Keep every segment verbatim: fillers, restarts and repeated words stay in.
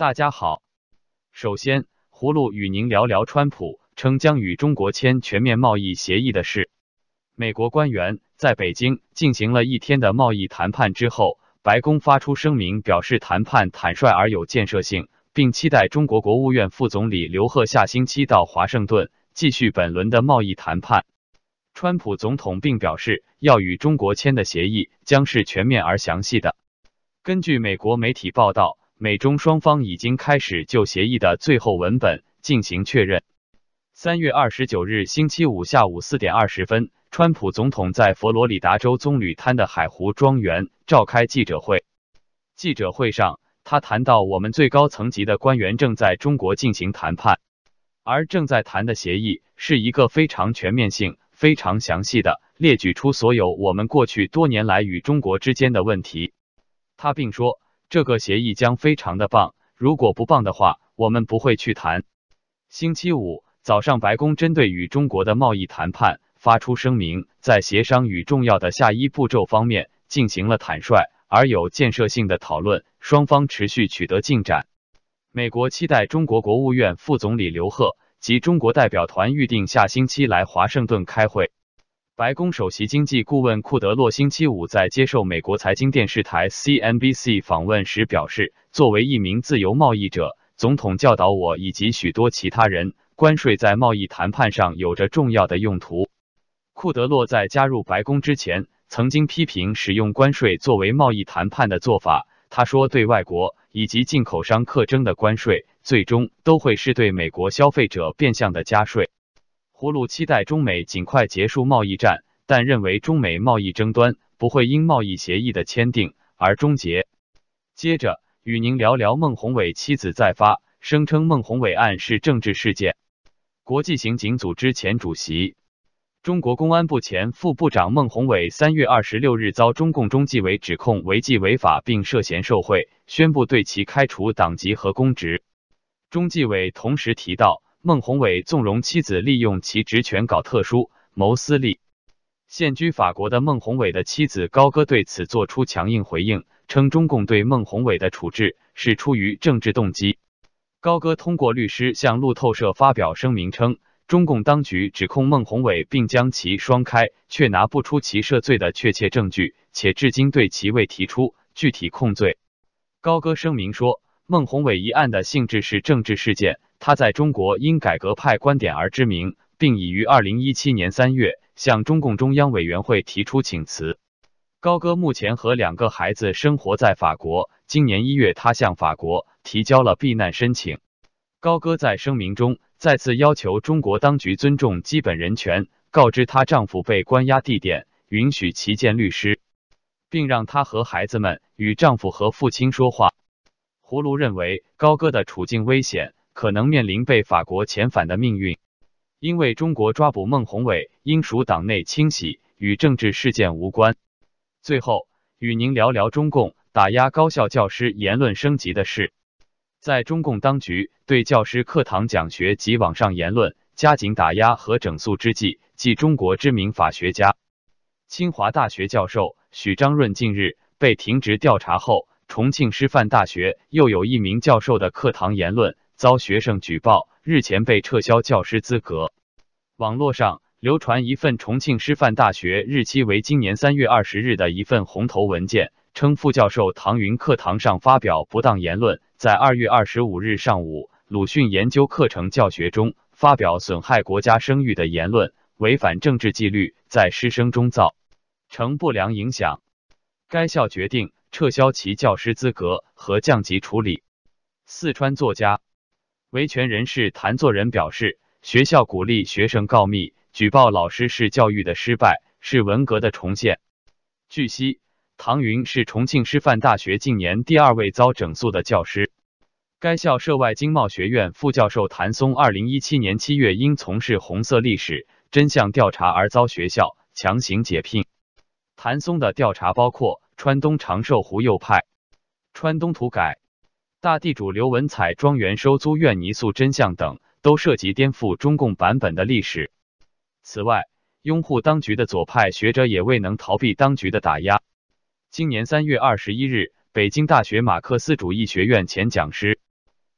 大家好，首先，葫芦与您聊聊川普称将与中国签全面贸易协议的事。美国官员在北京进行了一天的贸易谈判之后，白宫发出声明，表示谈判坦率而有建设性，并期待中国国务院副总理刘鹤下星期到华盛顿继续本轮的贸易谈判。川普总统并表示，要与中国签的协议将是全面而详细的。根据美国媒体报道，美中双方已经开始就协议的最后文本进行确认。三月二十九日星期五下午四点二十分，川普总统在佛罗里达州棕榈滩的海湖庄园召开记者会。记者会上，他谈到，我们最高层级的官员正在中国进行谈判，而正在谈的协议是一个非常全面性、非常详细的，列举出所有我们过去多年来与中国之间的问题。他并说，这个协议将非常的棒，如果不棒的话，我们不会去谈。星期五早上，白宫针对与中国的贸易谈判发出声明，在协商与重要的下一步骤方面进行了坦率而有建设性的讨论，双方持续取得进展。美国期待中国国务院副总理刘鹤及中国代表团预定下星期来华盛顿开会。白宫首席经济顾问库德洛星期五在接受美国财经电视台 C N B C 访问时表示，作为一名自由贸易者，总统教导我以及许多其他人，关税在贸易谈判上有着重要的用途。库德洛在加入白宫之前，曾经批评使用关税作为贸易谈判的做法。他说，对外国以及进口商课征的关税，最终都会是对美国消费者变相的加税。葫芦期待中美尽快结束贸易战，但认为中美贸易争端不会因贸易协议的签订而终结。接着，与您聊聊孟宏伟妻子再发，声称孟宏伟案是政治事件。国际刑警组织前主席、中国公安部前副部长孟宏伟三月二十六日遭中共中纪委指控违纪违法并涉嫌受贿，宣布对其开除党籍和公职。中纪委同时提到，孟宏伟纵容妻子利用其职权搞特殊、谋私利。现居法国的孟宏伟的妻子高歌对此作出强硬回应，称中共对孟宏伟的处置是出于政治动机。高歌通过律师向路透社发表声明称，中共当局指控孟宏伟并将其双开，却拿不出其涉罪的确切证据，且至今对其未提出具体控罪。高歌声明说，孟宏伟一案的性质是政治事件，他在中国因改革派观点而知名，并已于二零一七年三月向中共中央委员会提出请辞。高歌目前和两个孩子生活在法国，今年一月他向法国提交了避难申请。高歌在声明中再次要求中国当局尊重基本人权，告知她丈夫被关押地点，允许其见律师，并让她和孩子们与丈夫和父亲说话。葫芦认为，高歌的处境危险，可能面临被法国遣返的命运，因为中国抓捕孟宏伟应属党内清洗，与政治事件无关。最后，与您聊聊中共打压高校教师言论升级的事。在中共当局对教师课堂讲学及网上言论加紧打压和整肃之际，继中国知名法学家、清华大学教授许章润近日被停职调查后，重庆师范大学又有一名教授的课堂言论遭学生举报，日前被撤销教师资格。网络上流传一份重庆师范大学日期为今年三月二十日的一份红头文件，称副教授唐云课堂上发表不当言论，在二月二十五日上午鲁迅研究课程教学中发表损害国家声誉的言论，违反政治纪律，在师生中造成不良影响。该校决定撤销其教师资格和降级处理。四川作家、维权人士谭作人表示，学校鼓励学生告密，举报老师是教育的失败，是文革的重现。据悉，唐云是重庆师范大学近年第二位遭整肃的教师。该校涉外经贸学院副教授谭松二零一七年七月因从事红色历史真相调查而遭学校强行解聘。谭松的调查包括川东长寿湖右派、川东土改、大地主刘文彩庄园收租院泥塑真相等，都涉及颠覆中共版本的历史。此外，拥护当局的左派学者也未能逃避当局的打压。今年三月二十一日，北京大学马克思主义学院前讲师、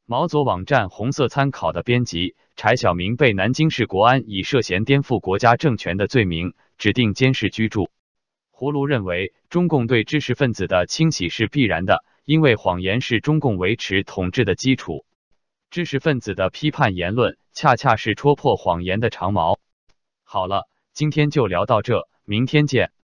毛左网站红色参考的编辑柴小明被南京市国安以涉嫌颠覆国家政权的罪名指定监视居住。胡卢认为，中共对知识分子的清洗是必然的，因为谎言是中共维持统治的基础。知识分子的批判言论恰恰是戳破谎言的长矛。好了，今天就聊到这，明天见。